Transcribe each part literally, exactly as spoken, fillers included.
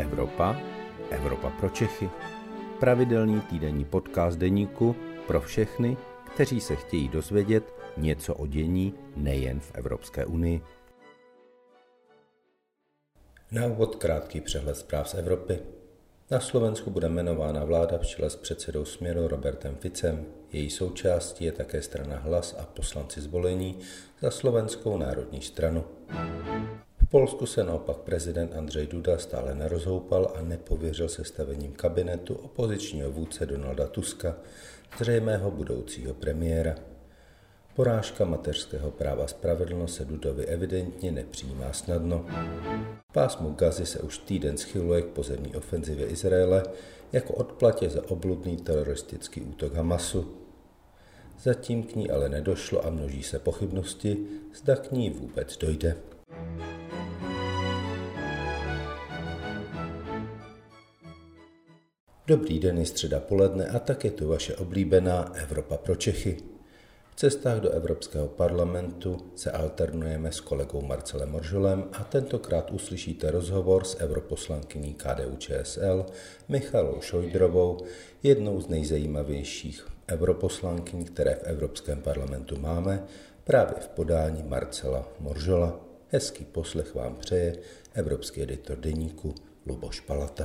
Evropa, Evropa pro Čechy. Pravidelný týdenní podcast deníku pro všechny, kteří se chtějí dozvědět něco o dění nejen v Evropské unii. Na úvod krátký přehled zpráv z Evropy. Na Slovensku bude jmenována vláda v čele s předsedou Směru Robertem Ficem. Její součástí je také strana Hlas a poslanci zvolení za Slovenskou národní stranu. V Polsku se naopak prezident Andrzej Duda stále nerozhoupal a nepověřil sestavením kabinetu opozičního vůdce Donalda Tuska, zřejmého budoucího premiéra. Porážka mateřského práva spravedlnost se Dudovi evidentně nepřijímá snadno. V pásmu Gazy se už týden schyluje k pozemní ofenzivě Izraele jako odplatě za obludný teroristický útok Hamasu. Zatím k ní ale nedošlo a množí se pochybnosti, zda k ní vůbec dojde. Dobrý den, je středa poledne a tak je tu vaše oblíbená Evropa pro Čechy. V cestách do Evropského parlamentu se alternujeme s kolegou Marcelem Moržolem a tentokrát uslyšíte rozhovor s europoslankyní K D U Č S L Michalou Šojdrovou, jednou z nejzajímavějších europoslankyň, které v Evropském parlamentu máme, právě v podání Marcela Moržola. Hezký poslech vám přeje evropský editor deníku Luboš Palata.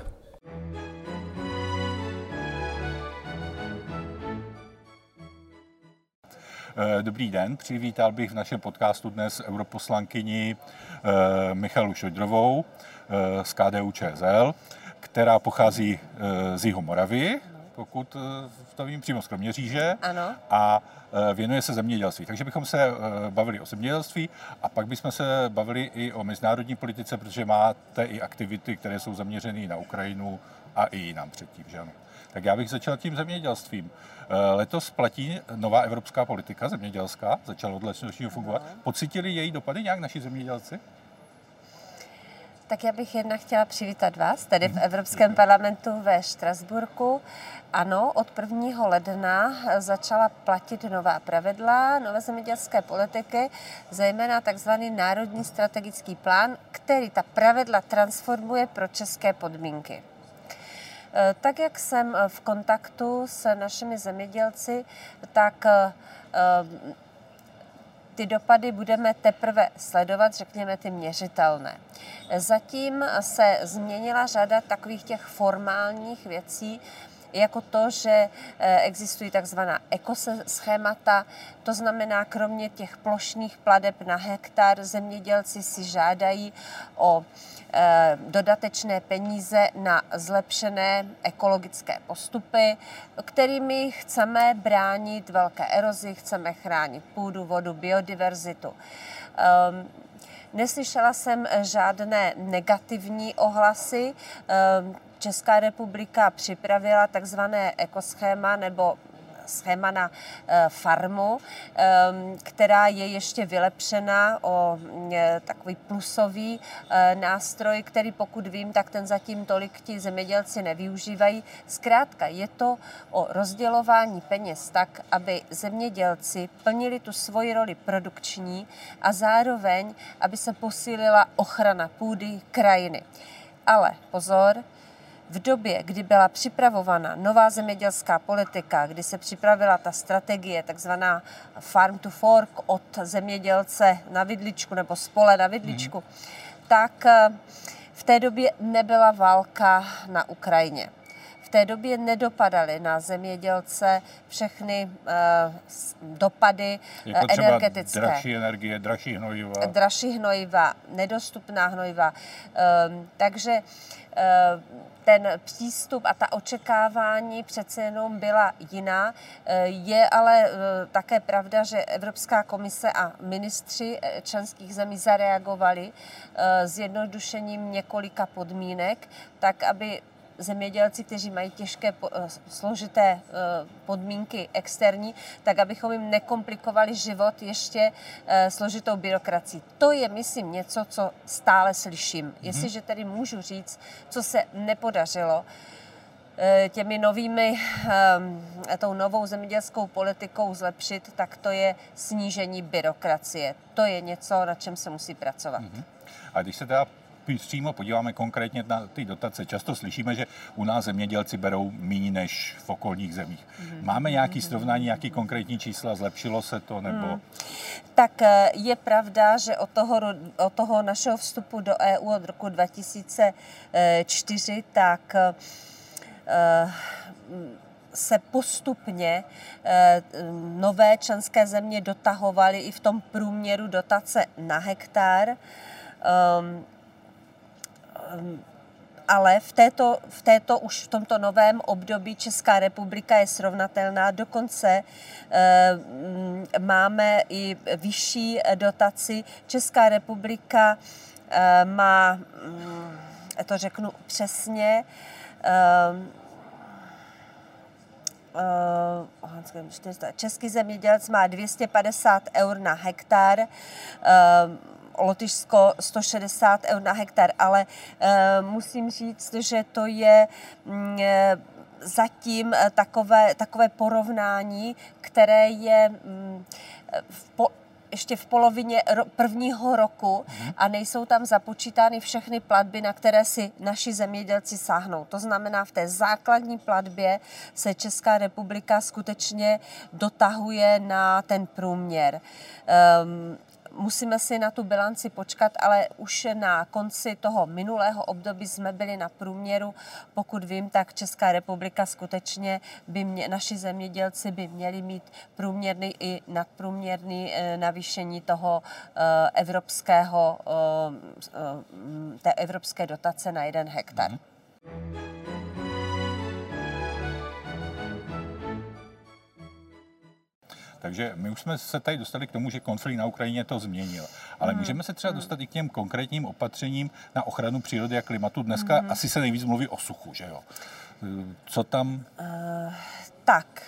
Dobrý den, přivítal bych v našem podcastu dnes europoslankyni Michalu Šojdrovou z K D U Č S L, která pochází z Jihomoravy, pokud to vím, přímo z Kroměříže, ano. A věnuje se zemědělství. Takže bychom se bavili o zemědělství a pak bychom se bavili i o mezinárodní politice, protože máte i aktivity, které jsou zaměřené na Ukrajinu a i jinam předtím, že ano. Tak já bych začal tím zemědělstvím. Letos platí nová evropská politika zemědělská, začala od letošního fungovat. Pocítili její dopady nějak naši zemědělci? Tak já bych jednak chtěla přivítat vás tady v Evropském parlamentu ve Štrasburku. Ano, od prvního ledna začala platit nová pravidla nové zemědělské politiky, zejména takzvaný národní strategický plán, který ta pravidla transformuje pro české podmínky. Tak, jak jsem v kontaktu s našimi zemědělci, tak ty dopady budeme teprve sledovat, řekněme ty měřitelné. Zatím se změnila řada takových těch formálních věcí, jako to, že existují takzvaná ekoschémata, to znamená, kromě těch plošných plateb na hektar, zemědělci si žádají o dodatečné peníze na zlepšené ekologické postupy, kterými chceme bránit velké erozi, chceme chránit půdu, vodu, biodiverzitu. Neslyšela jsem žádné negativní ohlasy. Česká republika připravila takzvané ekoschéma nebo schéma na farmu, která je ještě vylepšena o takový plusový nástroj, který pokud vím, tak ten zatím tolik ti zemědělci nevyužívají. Zkrátka je to o rozdělování peněz tak, aby zemědělci plnili tu svoji roli produkční a zároveň, aby se posílila ochrana půdy, krajiny. Ale pozor, v době, kdy byla připravována nová zemědělská politika, kdy se připravila ta strategie, takzvaná farm to fork od zemědělce na vidličku nebo z pole na vidličku, mm. tak v té době nebyla válka na Ukrajině. V té době nedopadaly na zemědělce všechny uh, dopady jako třeba energetické. Dražší energie, dražší hnojiva. Dražší hnojiva, nedostupná hnojiva. Um, takže uh, ten přístup a ta očekávání přece jenom byla jiná. Je ale také pravda, že Evropská komise a ministři členských zemí zareagovali zjednodušením několika podmínek, tak aby zemědělci, kteří mají těžké, složité podmínky externí, tak abychom jim nekomplikovali život ještě složitou byrokracií. To je, myslím, něco, co stále slyším. Mm-hmm. Jestliže tedy můžu říct, co se nepodařilo těmi novými, tou novou zemědělskou politikou zlepšit, tak to je snížení byrokracie. To je něco, na čem se musí pracovat. Mm-hmm. A když se teda přímo podíváme konkrétně na ty dotace, často slyšíme, že u nás zemědělci berou méně než v okolních zemích. Máme nějaké srovnání, nějaké konkrétní čísla, zlepšilo se to, nebo... Hmm. Tak je pravda, že od toho, od toho našeho vstupu do E U od roku dva tisíce čtyři, tak uh, se postupně eh, nové členské země dotahovaly i v tom průměru dotace na hektar. Um, um, ale v této, v této už v tomto novém období Česká republika je srovnatelná. Dokonce eh, máme i vyšší dotaci. Česká republika eh, má, to řeknu přesně, eh, český zemědělec má dvě stě padesát eur na hektar, Lotyšsko sto šedesát eur na hektar, ale musím říct, že to je zatím takové, takové porovnání, které je v po, ještě v polovině prvního roku a nejsou tam započítány všechny platby, na které si naši zemědělci sáhnou. To znamená, v té základní platbě se Česká republika skutečně dotahuje na ten průměr. Um, Musíme si na tu bilanci počkat, ale už na konci toho minulého období jsme byli na průměru. Pokud vím, tak Česká republika skutečně by mě, naši zemědělci by měli mít průměrný i nadprůměrný eh, navýšení toho eh, evropského, eh, té evropské dotace na jeden hektar. Mm. Takže my už jsme se tady dostali k tomu, že konflikt na Ukrajině to změnil. Ale mm. můžeme se třeba dostat i k těm konkrétním opatřením na ochranu přírody a klimatu. Dneska mm. asi se nejvíc mluví o suchu, že jo? Co tam? Uh, tak.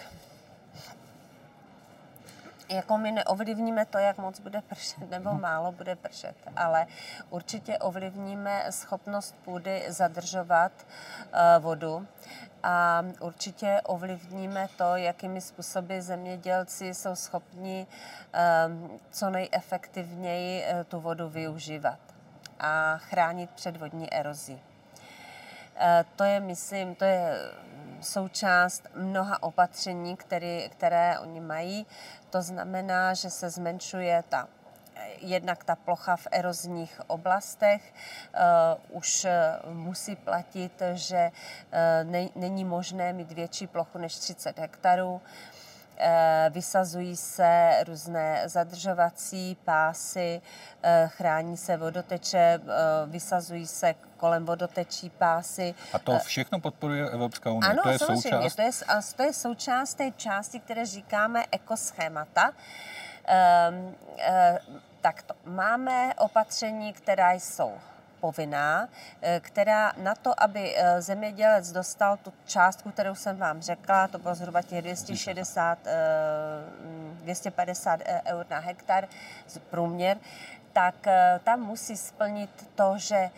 Jako my neovlivníme to, jak moc bude pršet nebo málo bude pršet, ale určitě ovlivníme schopnost půdy zadržovat uh, vodu. A určitě ovlivníme to, jakými způsoby zemědělci jsou schopni um, co nejefektivněji uh, tu vodu využívat a chránit před vodní erozí. Uh, to je, myslím, to je součást mnoha opatření, které, které oni mají. To znamená, že se zmenšuje ta jednak ta plocha v erozních oblastech. Uh, už uh, musí platit, že uh, ne, není možné mít větší plochu než třicet hektarů. Uh, vysazují se různé zadržovací pásy, uh, chrání se vodoteče, uh, vysazují se kolem vodotečí pásy. A to všechno podporuje Evropská unie? Ano, to je samozřejmě. Součást... To, je, to je součást té části, které říkáme ekoschémata. Um, uh, Takto. Máme opatření, která jsou povinná, která na to, aby zemědělec dostal tu částku, kterou jsem vám řekla, to bylo zhruba těch dvě stě šedesát, dvě stě padesát eur na hektar průměr, tak tam musí splnit to, že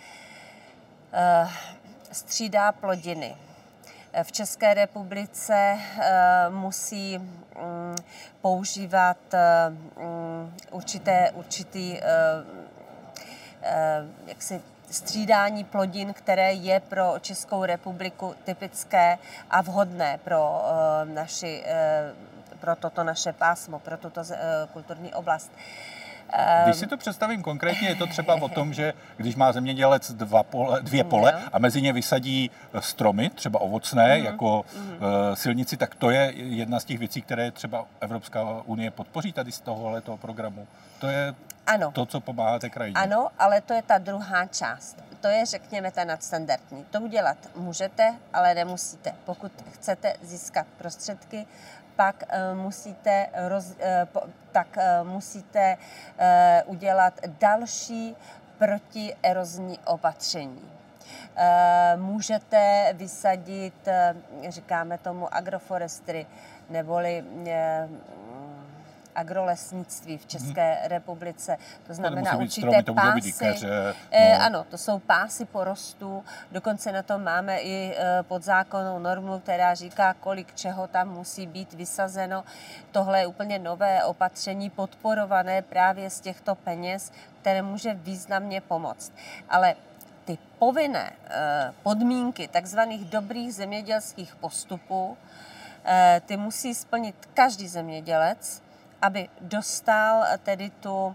střídá plodiny. V České republice uh, musí um, používat um, určité, určitý uh, uh, jaksi střídání plodin, které je pro Českou republiku typické a vhodné pro, uh, naši, uh, pro toto naše pásmo, pro tuto uh, kulturní oblast. Když si to představím konkrétně, je to třeba o tom, že když má zemědělec dva pole, dvě pole a mezi ně vysadí stromy, třeba ovocné, mm. jako mm. silnici, tak to je jedna z těch věcí, které třeba Evropská unie podpoří tady z tohoto programu. To je ano. to, co pomáhá té krajině. Ano, ale to je ta druhá část. To je, řekněme, ta nadstandardní. To udělat můžete, ale nemusíte. Pokud chcete získat prostředky, pak uh, musíte, roz, uh, po, tak uh, musíte uh, udělat další protierozní opatření. Uh, můžete vysadit, uh, říkáme tomu agroforestry, neboli uh, agrolesnictví v České hmm. republice. To znamená určité stromy, to pásy. Dýkaře, no. Ano, to jsou pásy porostů. Dokonce na to máme i podzákonnou normu, která říká, kolik čeho tam musí být vysazeno. Tohle je úplně nové opatření podporované právě z těchto peněz, které může významně pomoct. Ale ty povinné podmínky takzvaných dobrých zemědělských postupů, ty musí splnit každý zemědělec, aby dostal tedy tu,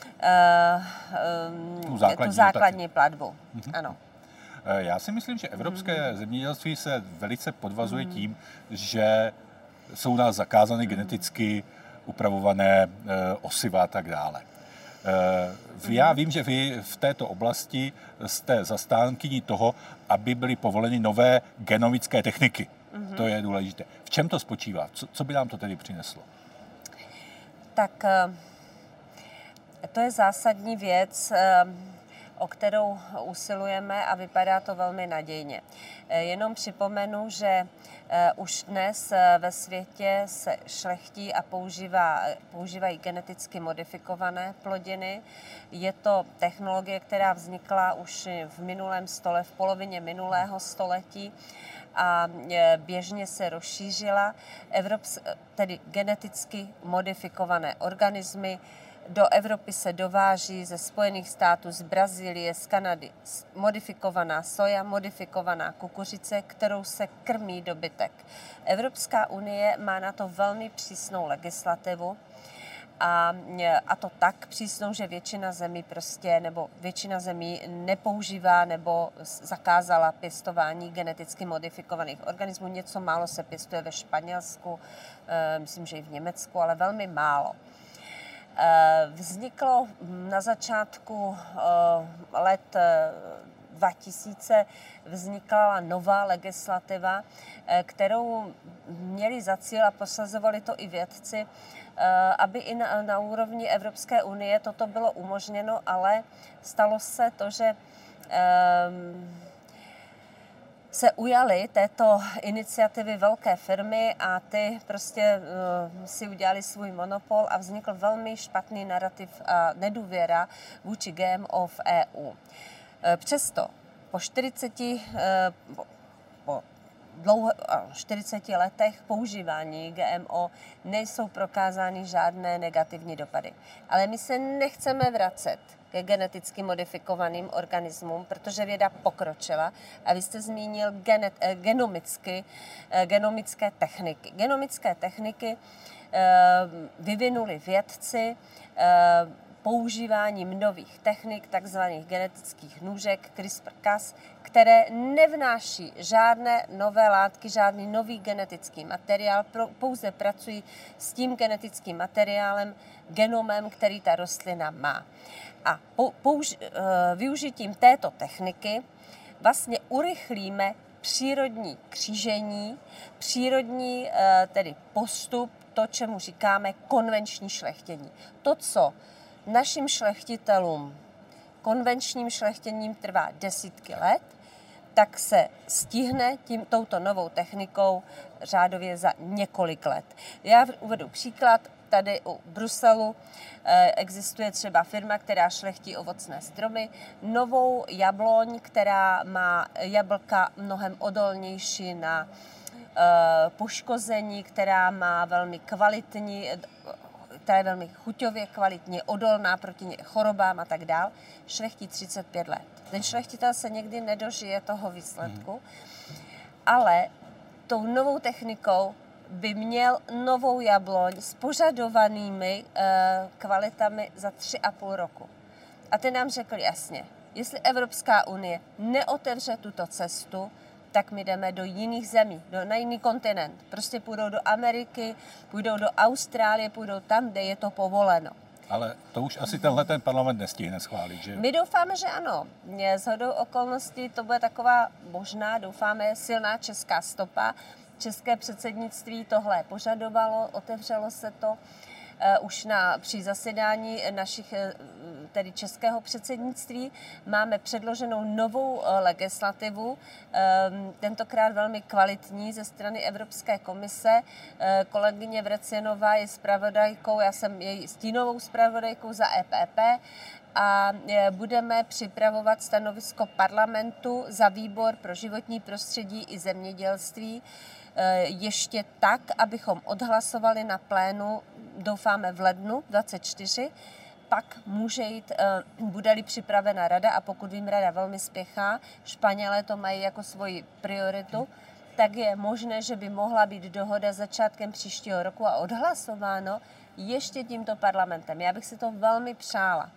tu základní, tu základní platbu. Mm-hmm. Ano. Já si myslím, že evropské mm-hmm. zemědělství se velice podvazuje mm-hmm. tím, že jsou nás zakázány geneticky upravované osiva a tak dále. Já vím, že vy v této oblasti jste zastánkyní toho, aby byly povoleny nové genomické techniky. Mm-hmm. To je důležité. V čem to spočívá? Co, co by nám to tedy přineslo? Tak to je zásadní věc, o kterou usilujeme a vypadá to velmi nadějně. Jenom připomenu, že už dnes ve světě se šlechtí a používá, používají geneticky modifikované plodiny. Je to technologie, která vznikla už v minulém stole, v polovině minulého století a běžně se rozšířila. Evrops, tedy geneticky modifikované organismy do Evropy se dováží ze Spojených států, z Brazílie, z Kanady modifikovaná soja, modifikovaná kukuřice, kterou se krmí dobytek. Evropská unie má na to velmi přísnou legislativu a, a to tak přísnou, že většina zemí prostě, nebo většina zemí nepoužívá nebo zakázala pěstování geneticky modifikovaných organismů. Něco málo se pěstuje ve Španělsku, myslím, že i v Německu, ale velmi málo. Vzniklo na začátku let dva tisíce, vznikla nová legislativa, kterou měli za cíl a prosazovali to i vědci, aby i na, na úrovni Evropské unie toto bylo umožněno, ale stalo se to, že se ujaly této iniciativy velké firmy a ty prostě uh, si udělali svůj monopol a vznikl velmi špatný narrativ a nedůvěra vůči G M O v E U. Přesto po čtyřiceti, uh, po dlouho, čtyřiceti letech používání G M O nejsou prokázány žádné negativní dopady. Ale my se nechceme vracet ke geneticky modifikovaným organismům, protože věda pokročila a vy jste zmínil genet, genomicky, genomické techniky. Genomické techniky vyvinuli vědci používáním nových technik, takzvaných genetických nůžek CRISPR-Cas, které nevnáší žádné nové látky, žádný nový genetický materiál, pouze pracují s tím genetickým materiálem, genomem, který ta rostlina má. A použ- využitím této techniky vlastně urychlíme přírodní křížení, přírodní tedy postup, to, čemu říkáme konvenční šlechtění. To, co našim šlechtitelům konvenčním šlechtěním trvá desítky let, tak se stihne tím, touto novou technikou řádově za několik let. Já uvedu příklad. Tady u Bruselu eh, existuje třeba firma, která šlechtí ovocné stromy, novou jabloň, která má jablka mnohem odolnější na eh, poškození, která má velmi kvalitní, která je velmi chuťově kvalitně odolná proti chorobám a tak dál, šlechtí třicet pět let. Ten šlechtitel se někdy nedožije toho výsledku, hmm. ale tou novou technikou by měl novou jabloň s požadovanými e, kvalitami za tři a půl roku. A ty nám řekli jasně, jestli Evropská unie neotevře tuto cestu, tak my jdeme do jiných zemí, do, na jiný kontinent. Prostě půjdou do Ameriky, půjdou do Austrálie, půjdou tam, kde je to povoleno. Ale to už asi tenhle ten parlament nestihne schválit, že? My doufáme, že ano. Shodou okolností to bude taková možná, doufáme, silná česká stopa. České předsednictví tohle požadovalo, otevřelo se to uh, už na, při zasedání našich, uh, tedy českého předsednictví. Máme předloženou novou uh, legislativu, um, tentokrát velmi kvalitní ze strany Evropské komise. Uh, kolegyně Vrecionová je zpravodajkou, já jsem její stínovou zpravodajkou za E P P a budeme připravovat stanovisko parlamentu za výbor pro životní prostředí i zemědělství ještě tak, abychom odhlasovali na plénu, doufáme v lednu dvacet čtyři, pak může jít, bude-li připravena rada, a pokud vím, rada velmi spěchá, Španělé to mají jako svoji prioritu, tak je možné, že by mohla být dohoda začátkem příštího roku a odhlasováno ještě tímto parlamentem. Já bych si to velmi přála.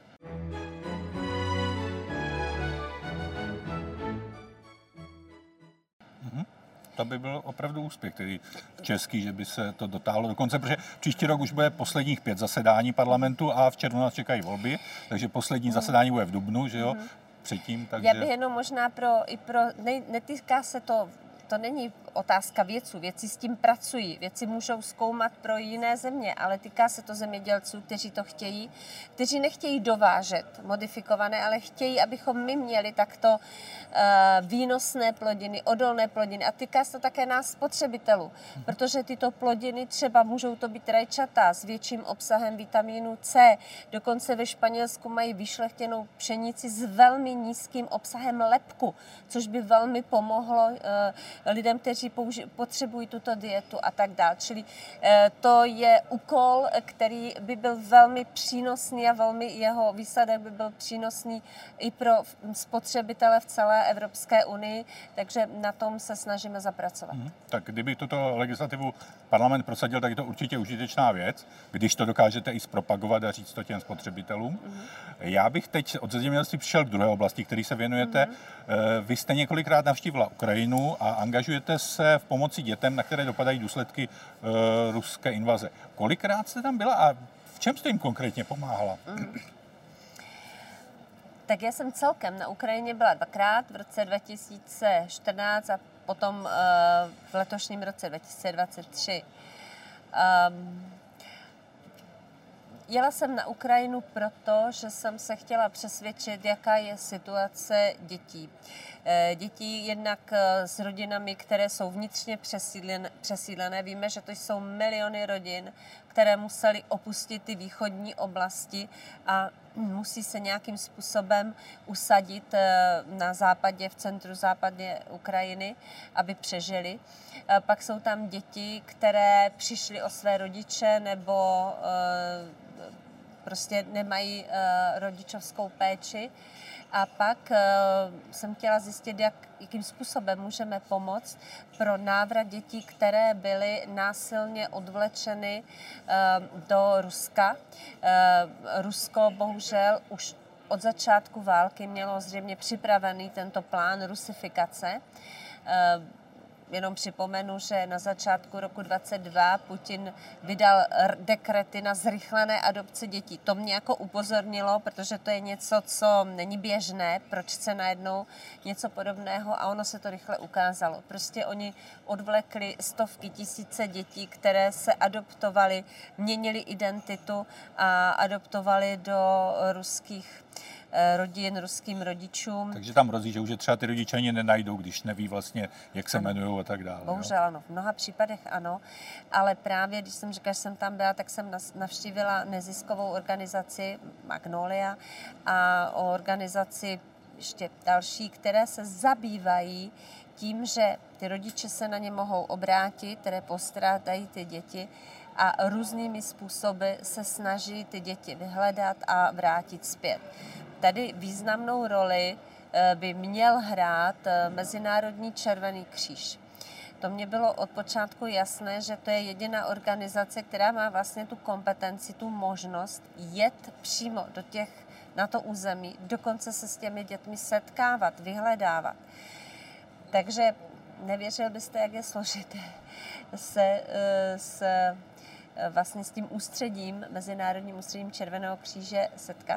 Mm-hmm. To by byl opravdu úspěch, tedy český, že by se to dotáhlo do konce, protože příští rok už bude posledních pět zasedání parlamentu a v červnu nás čekají volby, takže poslední mm. zasedání bude v dubnu, že jo, mm. předtím, takže... Já bych jenom možná pro, i pro, ne, netýká se to, to není otázka vědců, vědci s tím pracují, vědci můžou zkoumat pro jiné země, ale týká se to zemědělců, kteří to chtějí, kteří nechtějí dovážet modifikované, ale chtějí, abychom my měli takto uh, výnosné plodiny, odolné plodiny, a týká se to také nás spotřebitelů, protože tyto plodiny třeba můžou to být rajčata s větším obsahem vitamínu C, dokonce ve Španělsku mají vyšlechtěnou pšenici s velmi nízkým obsahem lepku, což by velmi pomohlo uh, lidem, kteří Použi- potřebují tuto dietu a tak dále. Čili e, to je úkol, který by byl velmi přínosný a velmi jeho výsledek by byl přínosný i pro spotřebitele v celé Evropské unii, takže na tom se snažíme zapracovat. Hmm. Tak kdyby tuto legislativu parlament prosadil, tak je to určitě užitečná věc, když to dokážete i zpropagovat a říct to těm spotřebitelům. Hmm. Já bych teď od zemědělství přišel k druhé oblasti, který se věnujete. Hmm. Vy jste několikrát navštívila Ukrajinu a angažujete se v pomoci dětem, na které dopadají důsledky uh, ruské invaze. Kolikrát jste tam byla a v čem jste jim konkrétně pomáhala? Mm. Tak já jsem celkem na Ukrajině byla dvakrát, v roce dva tisíce čtrnáct a potom uh, v letošním roce dva tisíce dvacet tři. Um, Jela jsem na Ukrajinu proto, že jsem se chtěla přesvědčit, jaká je situace dětí. Dětí jednak s rodinami, které jsou vnitřně přesídlené, přesídlené. Víme, že to jsou miliony rodin, které musely opustit ty východní oblasti a musí se nějakým způsobem usadit na západě, v centru západě Ukrajiny, aby přežili. Pak jsou tam děti, které přišly o své rodiče nebo prostě nemají rodičovskou péči. A pak uh, jsem chtěla zjistit, jak, jakým způsobem můžeme pomoct pro návrat dětí, které byly násilně odvlečeny uh, do Ruska. Uh, Rusko bohužel už od začátku války mělo zřejmě připravený tento plán rusifikace. Uh, Jenom připomenu, že na začátku roku dvacet dva Putin vydal dekrety na zrychlené adopci dětí. To mě jako upozornilo, protože to je něco, co není běžné, proč se najednou něco podobného, a ono se to rychle ukázalo. Prostě oni odvlekli stovky tisíce dětí, které se adoptovaly, měnili identitu a adoptovali do ruských rodin, ruským rodičům. Takže tam hrozí, že už je třeba ty rodiče ani nenajdou, když neví vlastně, jak se jmenují a tak dále. Bohužel ano, v mnoha případech ano, ale právě, když jsem říkala, že jsem tam byla, tak jsem navštívila neziskovou organizaci Magnolia a organizaci ještě další, které se zabývají tím, že ty rodiče se na ně mohou obrátit, které postrádají ty děti a různými způsoby se snaží ty děti vyhledat a vrátit zpět. Tady významnou roli by měl hrát Mezinárodní červený kříž. To mně bylo od počátku jasné, že to je jediná organizace, která má vlastně tu kompetenci, tu možnost jet přímo do těch, na to území, dokonce se s těmi dětmi setkávat, vyhledávat. Takže nevěřil byste, jak je složité se s, vlastně s tím ústředím, Mezinárodním ústředím Červeného kříže setkat.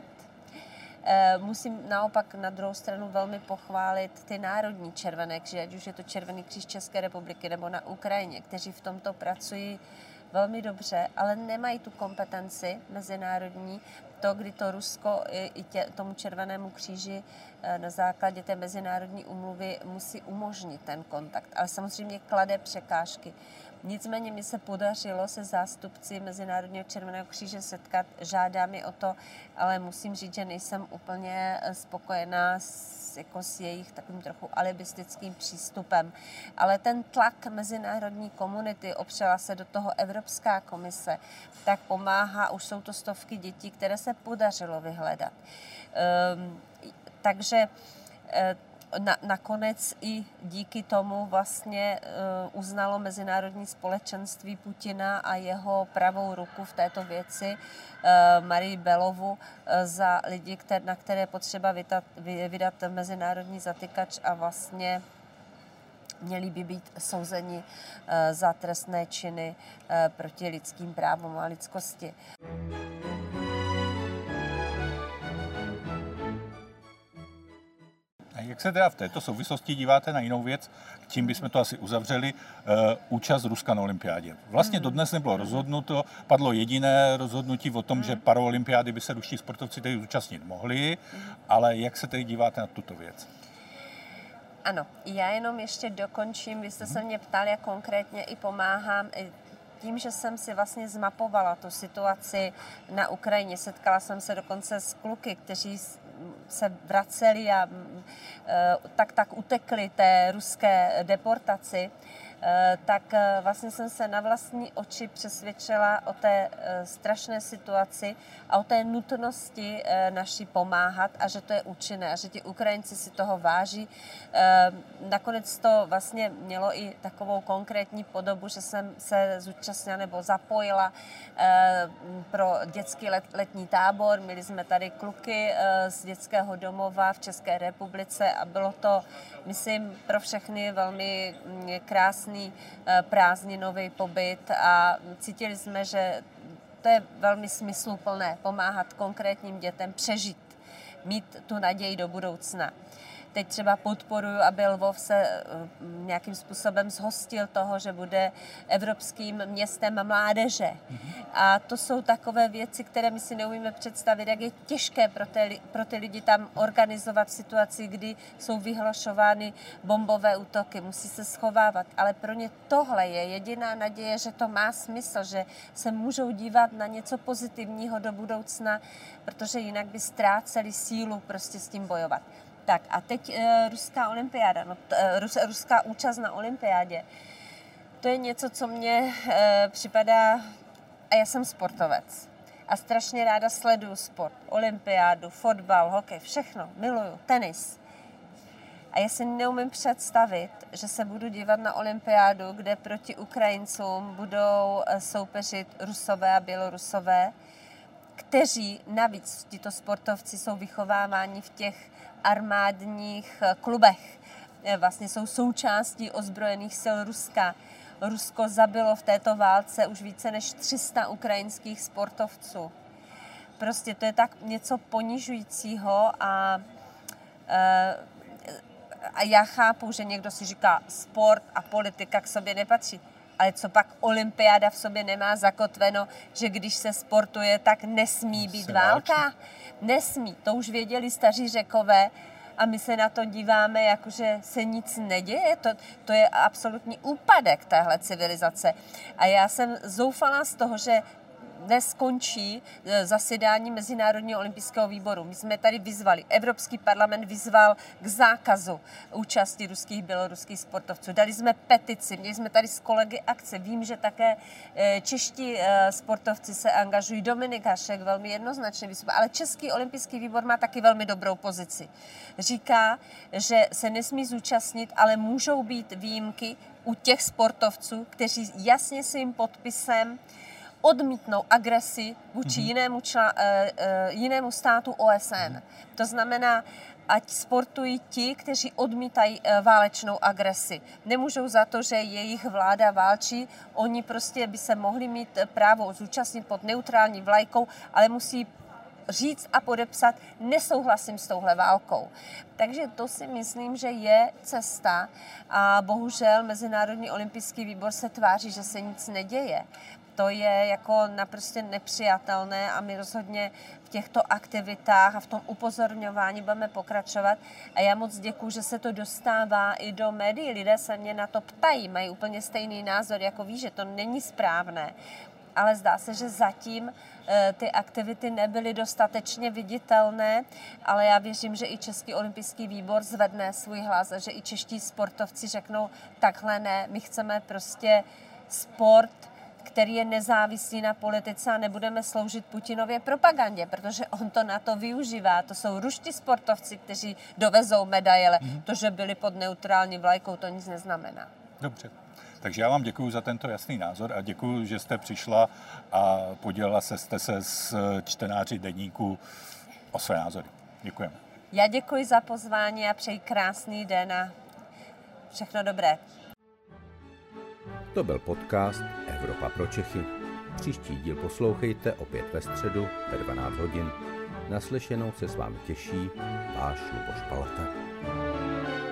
Musím naopak na druhou stranu velmi pochválit ty národní červené kříže, ať už je to Červený kříž České republiky nebo na Ukrajině, kteří v tomto pracují velmi dobře, ale nemají tu kompetenci mezinárodní, to, kdy to Rusko i tě, tomu Červenému kříži na základě té mezinárodní úmluvy musí umožnit ten kontakt, ale samozřejmě klade překážky. Nicméně mi se podařilo se zástupci Mezinárodního červeného kříže setkat, žádá mi o to, ale musím říct, že nejsem úplně spokojená s s, jako s jejich takovým trochu alibistickým přístupem. Ale ten tlak mezinárodní komunity, opřela se do toho Evropská komise, tak pomáhá, už jsou to stovky dětí, které se podařilo vyhledat. Um, takže Na, nakonec i díky tomu vlastně uh, uznalo mezinárodní společenství Putina a jeho pravou ruku v této věci, uh, Marii Belovu, uh, za lidi, kter, na které potřeba vydat, vydat mezinárodní zatykač a vlastně měli by být souzeni uh, za trestné činy uh, proti lidským právům a lidskosti. Jak se teda v této souvislosti díváte na jinou věc, tím bychom to asi uzavřeli, uh, účast Ruska na olympiádě. Vlastně dodnes nebylo rozhodnuto, padlo jediné rozhodnutí o tom, že paraolympiády by se ruští sportovci tedy zúčastnit mohli, ale jak se tedy díváte na tuto věc? Ano, já jenom ještě dokončím, vy jste se mě ptali, jak konkrétně i pomáhám. Tím, že jsem si vlastně zmapovala tu situaci na Ukrajině, setkala jsem se dokonce s kluky, kteří se vraceli a tak tak utekli té ruské deportaci, tak vlastně jsem se na vlastní oči přesvědčila o té strašné situaci a o té nutnosti naší pomáhat a že to je účinné a že ti Ukrajinci si toho váží. Nakonec to vlastně mělo i takovou konkrétní podobu, že jsem se zúčastnila nebo zapojila pro dětský let, letní tábor. Měli jsme tady kluky z dětského domova v České republice a bylo to, myslím, pro všechny velmi krásný prázdninový pobyt a cítili jsme, že to je velmi smysluplné pomáhat konkrétním dětem přežít, mít tu naději do budoucna. Teď třeba podporuji, aby Lvov se nějakým způsobem zhostil toho, že bude evropským městem mládeže. A to jsou takové věci, které my si neumíme představit, jak je těžké pro, té, pro ty lidi tam organizovat situaci, kdy jsou vyhlašovány bombové útoky, musí se schovávat. Ale pro ně tohle je jediná naděje, že to má smysl, že se můžou dívat na něco pozitivního do budoucna, protože jinak by ztráceli sílu prostě s tím bojovat. Tak a teď e, ruská olympiáda, no, e, rus, ruská účast na olympiádě. To je něco, co mně e, připadá, a já jsem sportovec a strašně ráda sleduju sport, olympiádu, fotbal, hokej, všechno, miluju, tenis. A já si neumím představit, že se budu dívat na olympiádu, kde proti Ukrajincům budou soupeřit Rusové a Bělorusové, kteří navíc, tito sportovci, jsou vychováváni v těch armádních klubech. Vlastně jsou součástí ozbrojených sil Ruska. Rusko zabilo v této válce už více než tři sta ukrajinských sportovců. Prostě to je tak něco ponižujícího a, a já chápu, že někdo si říká, sport a politika k sobě nepatří. Ale co pak olympiáda v sobě nemá zakotveno, že když se sportuje, tak nesmí být válka? Nesmí. To už věděli staří Řekové a my se na to díváme, jakože se nic neděje. To, to je absolutní úpadek téhle civilizace. A já jsem zoufalá z toho, že dnes skončí zasedání Mezinárodního olympijského výboru. My jsme tady vyzvali, Evropský parlament vyzval k zákazu účasti ruských, běloruských sportovců. Dali jsme petici, měli jsme tady s kolegy akce. Vím, že také čeští sportovci se angažují. Dominik Hašek velmi jednoznačně vystupuje, ale Český olympijský výbor má taky velmi dobrou pozici. Říká, že se nesmí zúčastnit, ale můžou být výjimky u těch sportovců, kteří jasně svým podpisem odmítnou agresi vůči mm-hmm. jinému, čla, uh, uh, jinému státu O S N. Mm-hmm. To znamená, ať sportují ti, kteří odmítají uh, válečnou agresi. Nemůžou za to, že jejich vláda válčí, oni prostě by se mohli mít právo zúčastnit pod neutrální vlajkou, ale musí říct a podepsat, nesouhlasím s touhle válkou. Takže to si myslím, že je cesta a bohužel Mezinárodní olympijský výbor se tváří, že se nic neděje. To je jako naprosto nepřijatelné a my rozhodně v těchto aktivitách a v tom upozorňování budeme pokračovat. A já moc děkuju, že se to dostává i do médií. Lidé se mě na to ptají, mají úplně stejný názor, jako ví, že to není správné. ale zdá se, že zatím ty aktivity nebyly dostatečně viditelné, ale já věřím, že i Český olympijský výbor zvedne svůj hlas a že i čeští sportovci řeknou takhle ne, my chceme prostě sport, který je nezávislý na politice a nebudeme sloužit Putinově propagandě, protože on to na to využívá. To jsou ruští sportovci, kteří dovezou medaile. Mm-hmm. To, že byli pod neutrální vlajkou, to nic neznamená. Dobře. Takže já vám děkuji za tento jasný názor a děkuji, že jste přišla a podělila se, jste se s čtenáři deníku o své názory. Děkujeme. Já děkuji za pozvání a přeji krásný den a všechno dobré. To byl podcast Evropa pro Čechy. Příští díl poslouchejte opět ve středu ve dvanáct hodin. Naslyšenou se s vámi těší váš Luboš Palata.